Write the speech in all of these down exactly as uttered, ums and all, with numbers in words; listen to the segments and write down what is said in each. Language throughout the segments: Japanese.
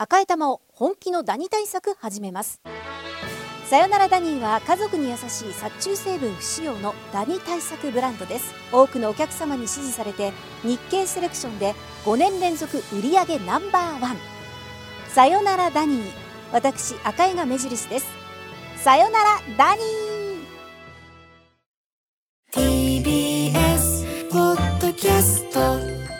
赤い玉を本気のダニ対策始めます。さよならダニーは家族に優しい殺虫成分不使用のダニ対策ブランドです。多くのお客様に支持されて日経セレクションでごねん連続売上ナンバーワン。さよならダニー、私赤井が目印です。さよならダニー。 ティービーエス ポッドキャスト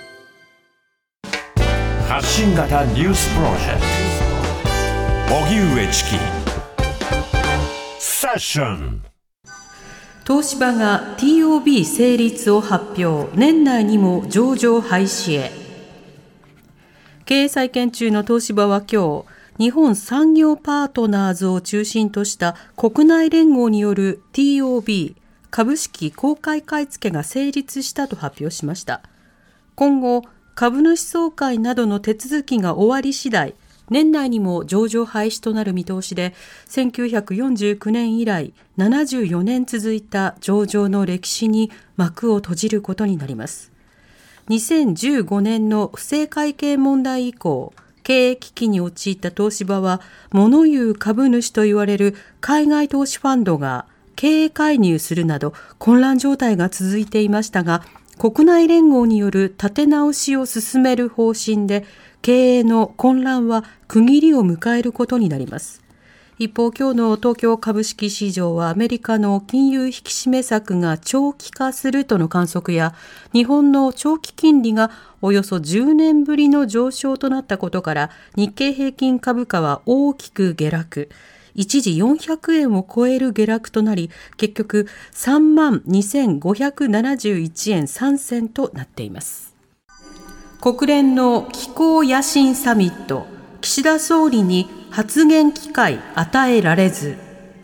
発信型ニュースプロジェクト荻上チキセッション。 東芝が ティーオービー 成立を発表。年内にも上場廃止へ。経営再建中の東芝は今日、日本産業パートナーズを中心とした国内連合による ティーオービー 株式公開買い付けが成立したと発表しました。今後、株主総会などの手続きが終わり次第、年内にも上場廃止となる見通しで、せんきゅうひゃくよんじゅうきゅうねん以来ななじゅうよねん続いた上場の歴史に幕を閉じることになります。にせんじゅうごねんの不正会計問題以降、経営危機に陥った東芝は、物言う株主と言われる海外投資ファンドが経営介入するなど混乱状態が続いていましたが、国内連合による立て直しを進める方針で、経営の混乱は区切りを迎えることになります。一方、今日の東京株式市場はアメリカの金融引き締め策が長期化するとの観測や、日本の長期金利がおよそじゅうねんぶりの上昇となったことから、日経平均株価は大きく下落。一時よんひゃくえんを超える下落となり、結局 さんまんにせんごひゃくななじゅういちえんさんせんとなっています。国連の気候野心サミット、岸田総理に発言機会与えられず。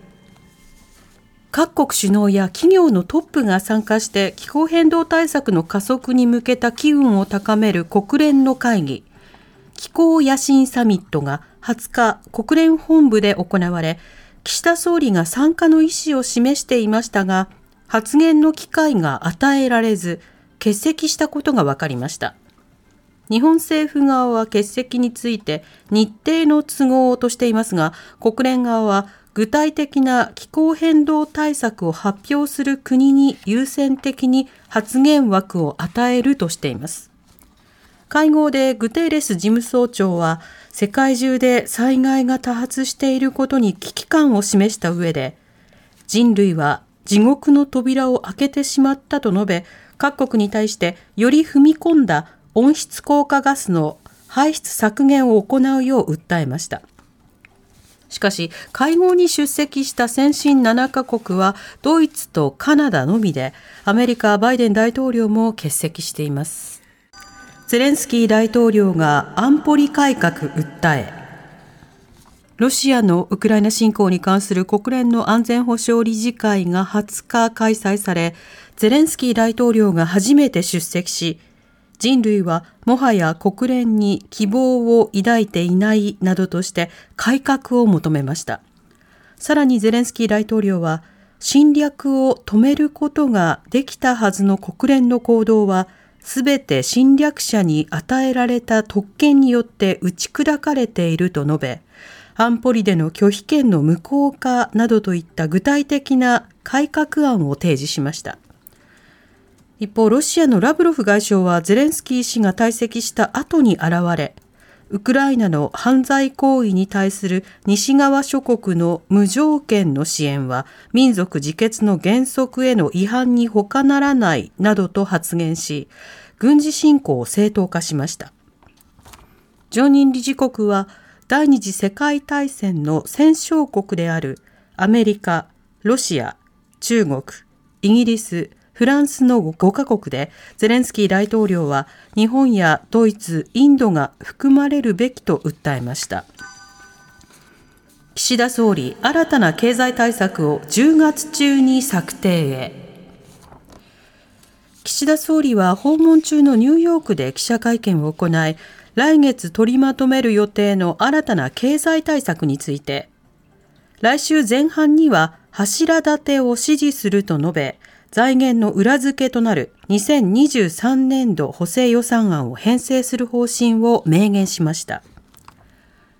各国首脳や企業のトップが参加して気候変動対策の加速に向けた機運を高める国連の会議、気候野心サミットがはつか国連本部で行われ、岸田総理が参加の意思を示していましたが、発言の機会が与えられず欠席したことが分かりました。日本政府側は欠席について日程の都合としていますが、国連側は具体的な気候変動対策を発表する国に優先的に発言枠を与えるとしています。会合でグテーレス事務総長は、世界中で災害が多発していることに危機感を示した上で、人類は地獄の扉を開けてしまったと述べ、各国に対してより踏み込んだ温室効果ガスの排出削減を行うよう訴えました。しかし、会合に出席した先進ななカ国はドイツとカナダのみで、アメリカバイデン大統領も欠席しています。ゼレンスキー大統領が安保理改革訴え。ロシアのウクライナ侵攻に関する国連の安全保障理事会がはつか開催され、ゼレンスキー大統領が初めて出席し、人類はもはや国連に希望を抱いていないなどとして改革を求めました。さらにゼレンスキー大統領は、侵略を止めることができたはずの国連の行動は、すべて侵略者に与えられた特権によって打ち砕かれていると述べ、安保理での拒否権の無効化などといった具体的な改革案を提示しました。一方、ロシアのラブロフ外相はゼレンスキー氏が退席した後に現れ、ウクライナの犯罪行為に対する西側諸国の無条件の支援は民族自決の原則への違反に他ならないなどと発言し、軍事侵攻を正当化しました。常任理事国は第二次世界大戦の戦勝国であるアメリカ、ロシア、中国、イギリス、フランスのごカ国で、ゼレンスキー大統領は日本やドイツ、インドが含まれるべきと訴えました。岸田総理、新たな経済対策をじゅうがつ中に策定へ。岸田総理は訪問中のニューヨークで記者会見を行い、来月取りまとめる予定の新たな経済対策について、来週前半には柱立てを指示すると述べ、財源の裏付けとなるにせんにじゅうさんねんど補正予算案を編成する方針を明言しました。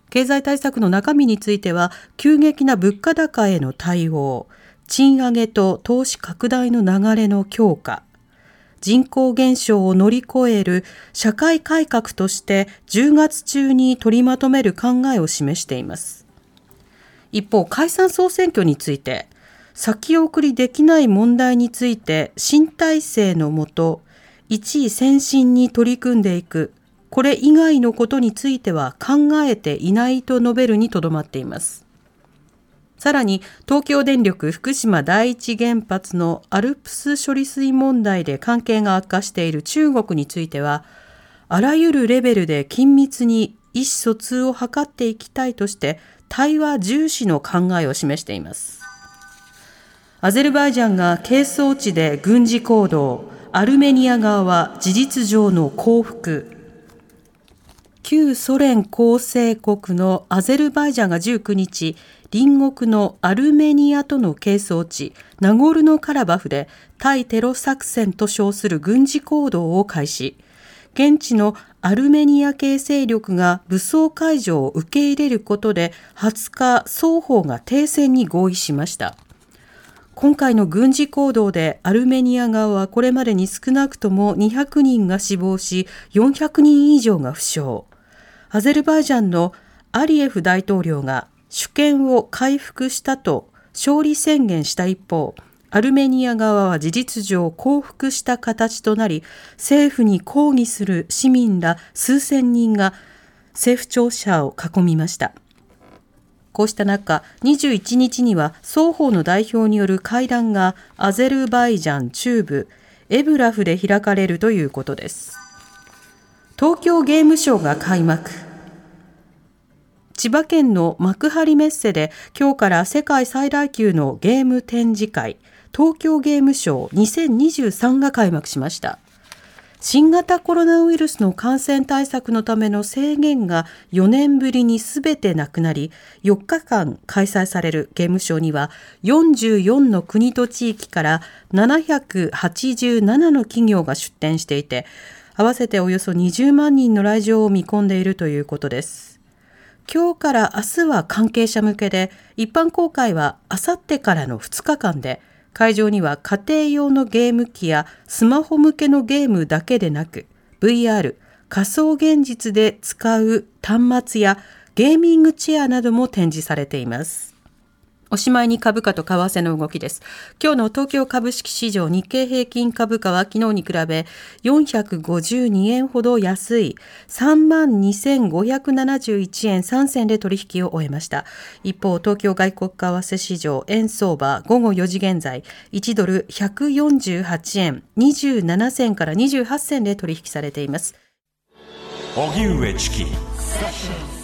経済対策の中身については、急激な物価高への対応、賃上げと投資拡大の流れの強化、人口減少を乗り越える社会改革としてじゅうがつ中に取りまとめる考えを示しています。一方、解散総選挙について、先送りできない問題について新体制のもと、一意専心に取り組んでいく、これ以外のことについては考えていないと述べるにとどまっています。さらに、東京電力福島第一原発のアルプス処理水問題で関係が悪化している中国については、あらゆるレベルで緊密に意思疎通を図っていきたいとして、対話重視の考えを示しています。アゼルバイジャンが係争地で軍事行動、アルメニア側は事実上の降伏。旧ソ連構成国のアゼルバイジャンがじゅうくにち、隣国のアルメニアとの係争地、ナゴルノカラバフで対テロ作戦と称する軍事行動を開始。現地のアルメニア系勢力が武装解除を受け入れることで、はつか双方が停戦に合意しました。今回の軍事行動でアルメニア側はこれまでに少なくともにひゃくにんが死亡し、よんひゃくにん以上が負傷。アゼルバイジャンのアリエフ大統領が主権を回復したと勝利宣言した一方、アルメニア側は事実上降伏した形となり、政府に抗議する市民ら数千人が政府庁舎を囲みました。こうした中、にじゅういちにちには双方の代表による会談がアゼルバイジャン中部エブラフで開かれるということです。東京ゲームショウが開幕。千葉県の幕張メッセで今日から世界最大級のゲーム展示会、東京ゲームショウにせんにじゅうさんが開幕しました。新型コロナウイルスの感染対策のための制限がよねんぶりにすべてなくなり、よっかかん開催されるゲームショウにはよんじゅうよんの国と地域からななひゃくはちじゅうななの企業が出展していて、合わせておよそにじゅうまんにんの来場を見込んでいるということです。今日から明日は関係者向けで、一般公開はあさってからのふつかかんで、会場には家庭用のゲーム機やスマホ向けのゲームだけでなく、ブイアール、仮想現実で使う端末やゲーミングチェアなども展示されています。おしまいに株価と為替の動きです。今日の東京株式市場日経平均株価は昨日に比べよんひゃくごじゅうにえんほど安い さんまんにせんごひゃくななじゅういちえんさんせんで取引を終えました。一方、東京外国為替市場円相場午後よじ現在いちドルひゃくよんじゅうはちえんにじゅうななせんからにじゅうはちせんで取引されています。 荻上チキ